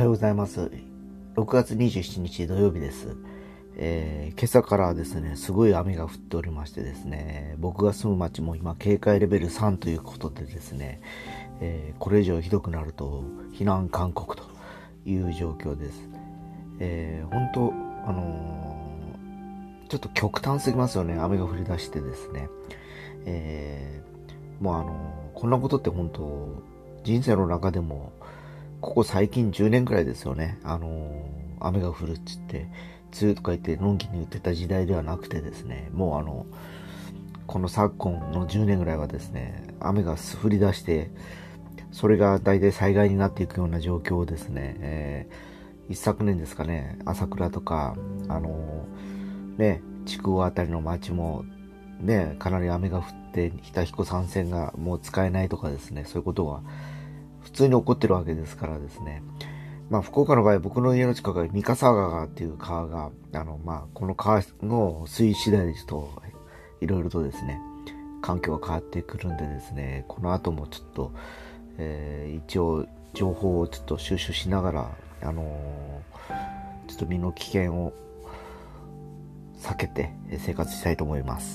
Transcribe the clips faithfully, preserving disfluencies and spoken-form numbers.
ようございます。ろくがつにじゅうしちにち土曜日です。えー、今朝からですね、すごい雨が降っておりましてですね、僕が住む町も今警戒レベルさんということでですね、えー、これ以上ひどくなると避難勧告という状況です。えー、本当あのー、ちょっと極端すぎますよね。雨が降り出してですね、えー、もうあのー、こんなことって本当人生の中でもここ最近じゅうねんくらいですよね。あのー、雨が降るっつって、梅雨とか言ってのんきに言ってた時代ではなくてですね、もうあの、この昨今のじゅうねんぐらいはですね、雨が降り出して、それが大体災害になっていくような状況をですね、えー、一昨年ですかね、朝倉とか、あのー、ね、筑後あたりの町も、ね、かなり雨が降って、日彦山線がもう使えないとかですね、そういうことが普通に起こってるわけですからですね。まあ、福岡の場合、僕の家の近くは三笠川っていう川が、あの、まあ、この川の水位次第ですと、いろいろとですね、環境が変わってくるんでですね、この後もちょっと、えー、一応、情報をちょっと収集しながら、あのー、ちょっと身の危険を避けて生活したいと思います。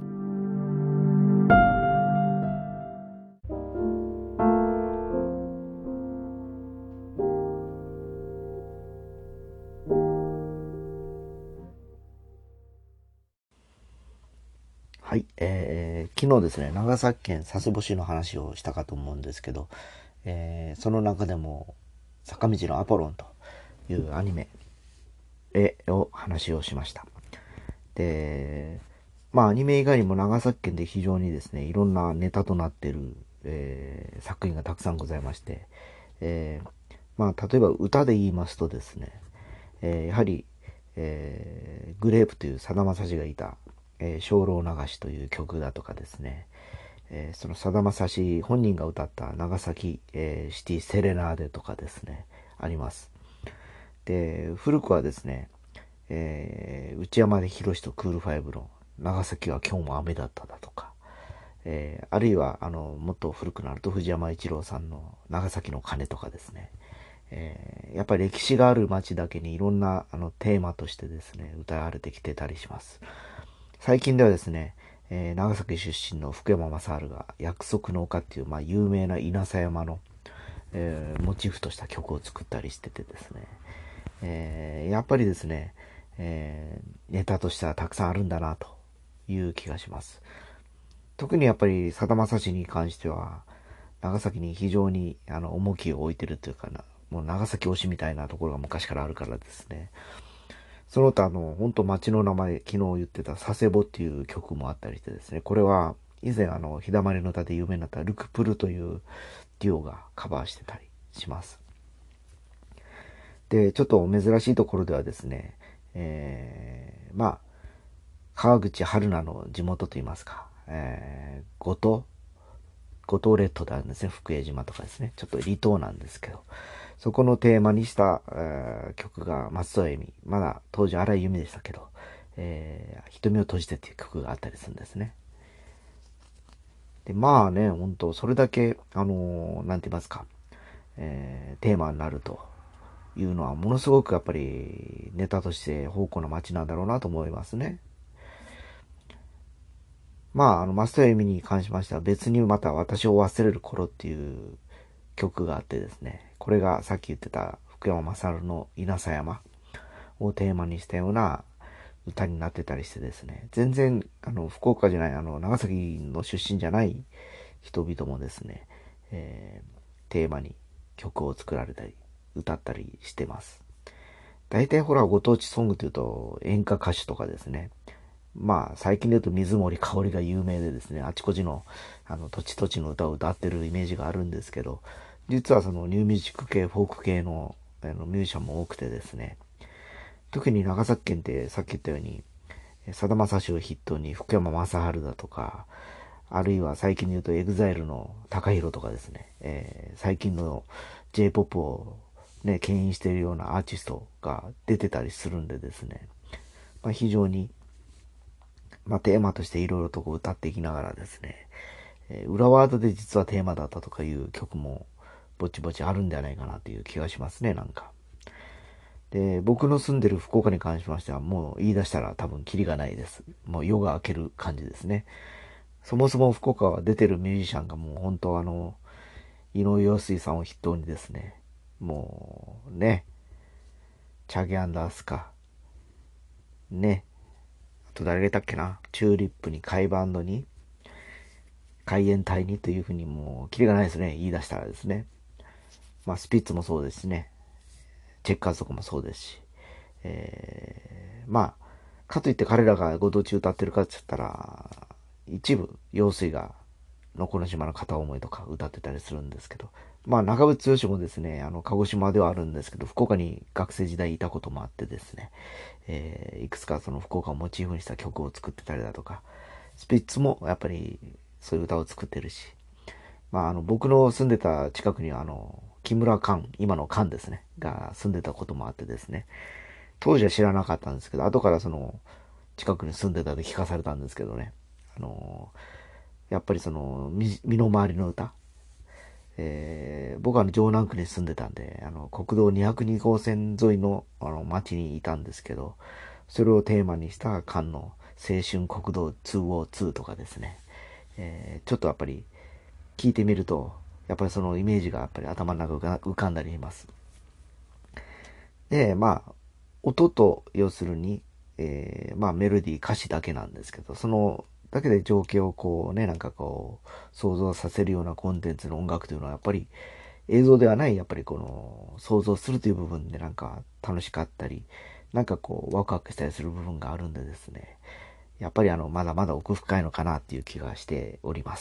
はい、えー、昨日ですね、長崎県佐世保市の話をしたかと思うんですけど、えー、その中でも坂道のアポロンというアニメ絵を話をしました。で、まあアニメ以外にも長崎県で非常にですね、いろんなネタとなっている、えー、作品がたくさんございまして、えー、まあ例えば歌で言いますとですね、えー、やはり、えー、グレープというさだまさしがいた、えー、精霊流しという曲だとかですね、えー、そのさだまさし本人が歌った長崎、えー、シティセレナーデとかですね、あります。で、古くはですね、えー、内山で博とクールファイブの長崎は今日も雨だっただとか、えー、あるいはあのもっと古くなると藤山一郎さんの長崎の鐘とかですね、えー、やっぱり歴史がある街だけにいろんなあのテーマとしてですね歌われてきてたりします。最近ではですね、えー、長崎出身の福山雅治が約束の丘っていう、まあ、有名な稲佐山の、えー、モチーフとした曲を作ったりしててですね、えー、やっぱりですね、えー、ネタとしてはたくさんあるんだなという気がします。特にやっぱりさだまさしに関しては長崎に非常にあの重きを置いてるというかな、もう長崎推しみたいなところが昔からあるからですね。その他あの本当町の名前、昨日言ってた佐世保っていう曲もあったりしてですね、これは以前あの日だまりの歌で有名になったルクプルというデュオがカバーしてたりします。で、ちょっと珍しいところではですね、えー、まあ、川口春奈の地元といいますか、えー、五島、五島列島であるんですね、福江島とかですね、ちょっと離島なんですけど、そこのテーマにした、えー、曲が松任谷由実、まだ当時荒井由実でしたけど、えー、瞳を閉じてっていう曲があったりするんですね。で、まあね、本当それだけ、あのー、なんて言いますか、えー、テーマになるというのはものすごくやっぱりネタとして宝庫の街なんだろうなと思いますね。まあ、あの、松任谷由実に関しましては別にまた私を忘れる頃っていう曲があってですね、これがさっき言ってた福山雅治の稲佐山をテーマにしたような歌になってたりしてですね、全然、あの、福岡じゃない、あの、長崎の出身じゃない人々もですね、えー、テーマに曲を作られたり、歌ったりしてます。大体ほら、ご当地ソングというと演歌歌手とかですね。まあ、最近で言うと水森かおりが有名でですね、あちこちの、あの、土地土地の歌を歌ってるイメージがあるんですけど、実はそのニューミュージック系、フォーク系のあのミュージシャンも多くてですね、特に長崎県ってさっき言ったように、さだまさしを筆頭に福山雅治だとか、あるいは最近で言うとエグザイルの高弘とかですね、えー、最近の J-ジェイポップ をね、牽引しているようなアーティストが出てたりするんでですね、まあ、非常に、まあ、テーマとしていろいろとこう歌っていきながらですね、えー、裏ワードで実はテーマだったとかいう曲もぼちぼちあるんではないかなという気がしますね、なんか。で、僕の住んでる福岡に関しましては、もう言い出したら多分キリがないです。もう夜が明ける感じですね。そもそも福岡は出てるミュージシャンがもう本当あの、井上陽水さんを筆頭にですね、もうね、チャゲアンダースか、ね、あと誰がいたっけな、チューリップにカイバンドに、海援隊にというふうにもうキリがないですね、言い出したらですね。まあスピッツもそうですしね、チェッカーズとかもそうですし、えー、まあ、かといって彼らがご当地歌ってるかって言ったら、一部、陽水が、のこの島の片思いとか歌ってたりするんですけど、まあ中渕剛もですね、あの、鹿児島ではあるんですけど、福岡に学生時代いたこともあってですね、えー、いくつかその福岡をモチーフにした曲を作ってたりだとか、スピッツもやっぱりそういう歌を作ってるし、まああの、僕の住んでた近くにはあの、木村寛、今の寛ですね、が住んでたこともあってですね、当時は知らなかったんですけど、後からその、近くに住んでたって聞かされたんですけどね、あのやっぱりその身の回りの歌、えー、僕はあの城南区に住んでたんで、あの国道にひゃくに号線沿いのあの町にいたんですけど、それをテーマにした館の青春国道にひゃくにとかですね、えー、ちょっとやっぱり聞いてみると、やっぱりそのイメージがやっぱり頭の中が浮かんだりします。で、まあ、音と要するに、えー、まあメロディー歌詞だけなんですけど、そのだけで情景をこうね、なんかこう、想像させるようなコンテンツの音楽というのはやっぱり映像ではない、やっぱりこの想像するという部分でなんか楽しかったり、なんかこうワクワクしたりする部分があるんでですね、やっぱりあの、まだまだ奥深いのかなっていう気がしております。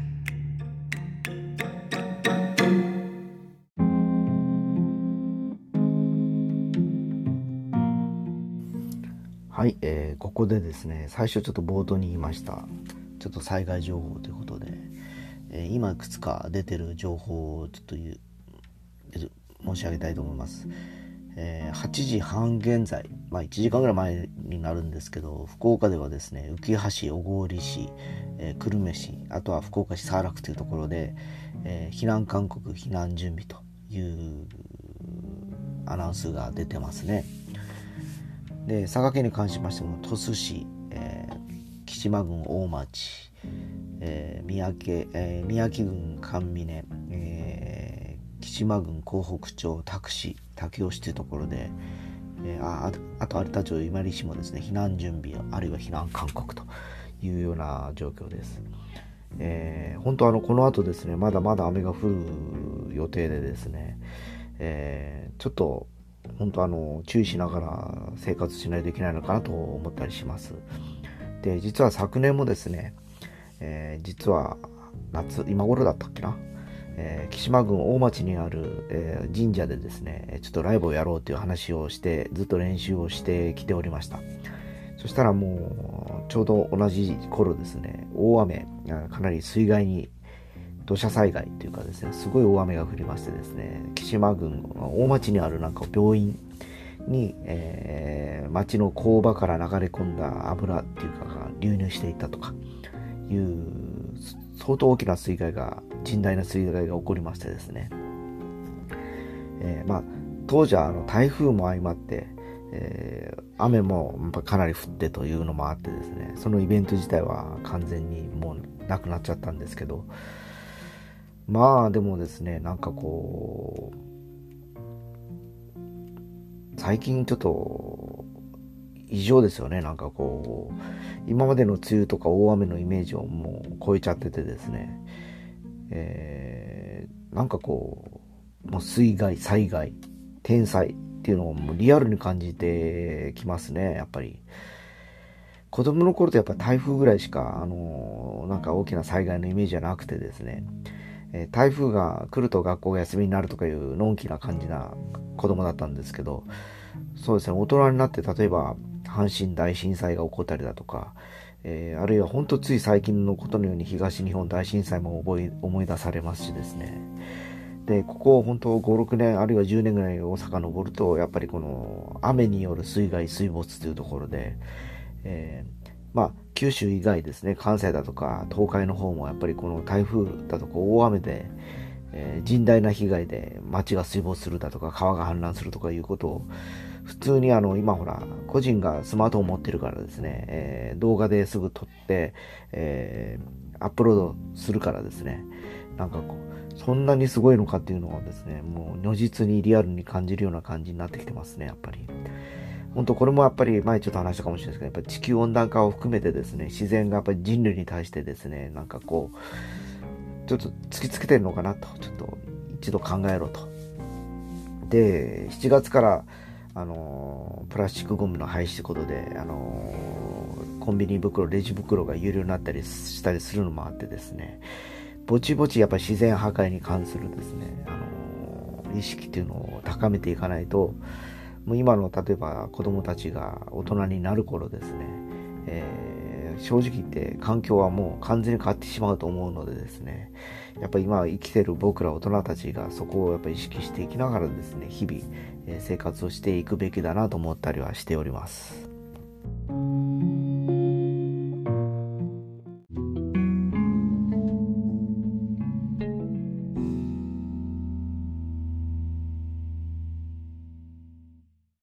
はい、えー、ここでですね、最初ちょっと冒頭に言いました、ちょっと災害情報ということで、えー、今いくつか出てる情報をちょっと言う申し上げたいと思います。えー、はちじはん現在、まあ、いちじかんぐらい前になるんですけど、福岡ではですね、浮橋、小郡市、えー、久留米市、あとは福岡市早良区というところで、えー、避難勧告、避難準備というアナウンスが出てますね。で、佐賀県に関しましても鳥栖市、えー、木島郡大町、えー、三宅、えー、宮城郡神峰、えー、木島郡江北町多久市武雄市というところで、えー、あ, あと有田町今里市もですね、避難準備あるいは避難勧告というような状況です。えー、本当あのこの後ですね、まだまだ雨が降る予定でですね、えー、ちょっと本当あの注意しながら生活しないといけないのかなと思ったりします。で、実は昨年もですね、えー、実は夏今頃だったっけな、えー、木島郡大町にある、えー、神社でですね、ちょっとライブをやろうという話をしてずっと練習をしてきておりました。そしたらもうちょうど同じ頃ですね、大雨、かなり水害に、土砂災害というかですね、すごい大雨が降りましてですね、木島郡大町にあるなんか病院に、えー、町の工場から流れ込んだ油っていうかが流入していったとかいう相当大きな水害が甚大な水害が起こりましてですね、えー、まあ当時はあの台風も相まって、えー、雨もかなり降ってというのもあってですね、そのイベント自体は完全にもうなくなっちゃったんですけど、まあでもですね、なんかこう最近ちょっと異常ですよね。なんかこう今までの梅雨とか大雨のイメージをもう超えちゃっててですね、えー、なんかこうもう水害、災害、天災っていうのをもうリアルに感じてきますね。やっぱり子供の頃とやっぱ台風ぐらいしかあのなんか大きな災害のイメージじゃなくてですね、えー、台風が来ると学校が休みになるとかいうのんきな感じな子供だったんですけど、そうですね、大人になって例えば阪神大震災が起こったりだとか、えー、あるいは本当つい最近のことのように東日本大震災も覚え思い出されますしですね。で、ここ本当ご、ろくねんあるいはじゅうねんぐらいを遡ると、やっぱりこの雨による水害水没というところで、えー、まあ九州以外ですね、関西だとか東海の方もやっぱりこの台風だとか大雨で、 えー、甚大な被害で町が水没するだとか川が氾濫するとかいうことを普通にあの今ほら個人がスマートフォン持ってるからですね、えー、動画ですぐ撮って、えー、アップロードするからですね、なんかこうそんなにすごいのかっていうのはですね、もう如実にリアルに感じるような感じになってきてますね、やっぱり。本当これもやっぱり前ちょっと話したかもしれないですけど、やっぱり地球温暖化を含めてですね、自然がやっぱり人類に対してですね、なんかこうちょっと突きつけてるのかなと、ちょっと一度考えろと。で、しちがつからあのプラスチックゴミの廃止ということで、あのコンビニ袋、レジ袋が有料になったりしたりするのもあってですね、ぼちぼちやっぱり自然破壊に関するですね、あの意識っていうのを高めていかないと、もう今の例えば子供たちが大人になる頃ですね、えー、正直言って環境はもう完全に変わってしまうと思うのでですね、やっぱり今生きてる僕ら大人たちがそこをやっぱり意識していきながらですね、日々生活をしていくべきだなと思ったりはしております。